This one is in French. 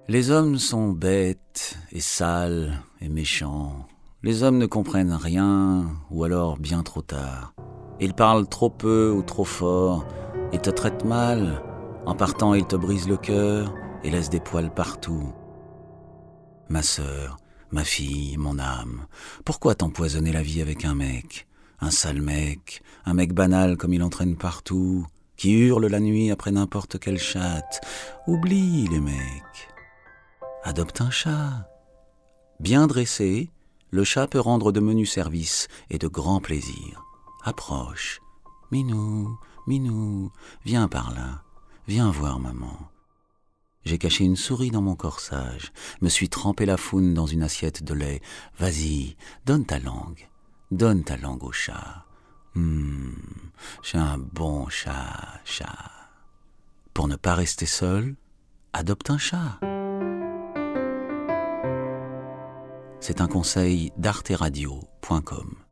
Les hommes sont bêtes et sales et méchants. Les hommes ne comprennent rien, ou alors bien trop tard. Ils parlent trop peu ou trop fort, ils te traitent mal. En partant, ils te brisent le cœur et laissent des poils partout. Ma sœur, ma fille, mon âme, pourquoi t'empoisonner la vie avec un mec? Un sale mec, un mec banal comme il entraîne partout, qui hurle la nuit après n'importe quelle chatte. Oublie les mecs. Adopte un chat. Bien dressé, le chat peut rendre de menus services et de grands plaisirs. Approche. Minou, Minou, viens par là. Viens voir maman. J'ai caché une souris dans mon corsage, me suis trempé la foune dans une assiette de lait. Vas-y, donne ta langue au chat. J'ai un bon chat. Pour ne pas rester seul, adopte un chat. C'est un conseil d'arteradio.com.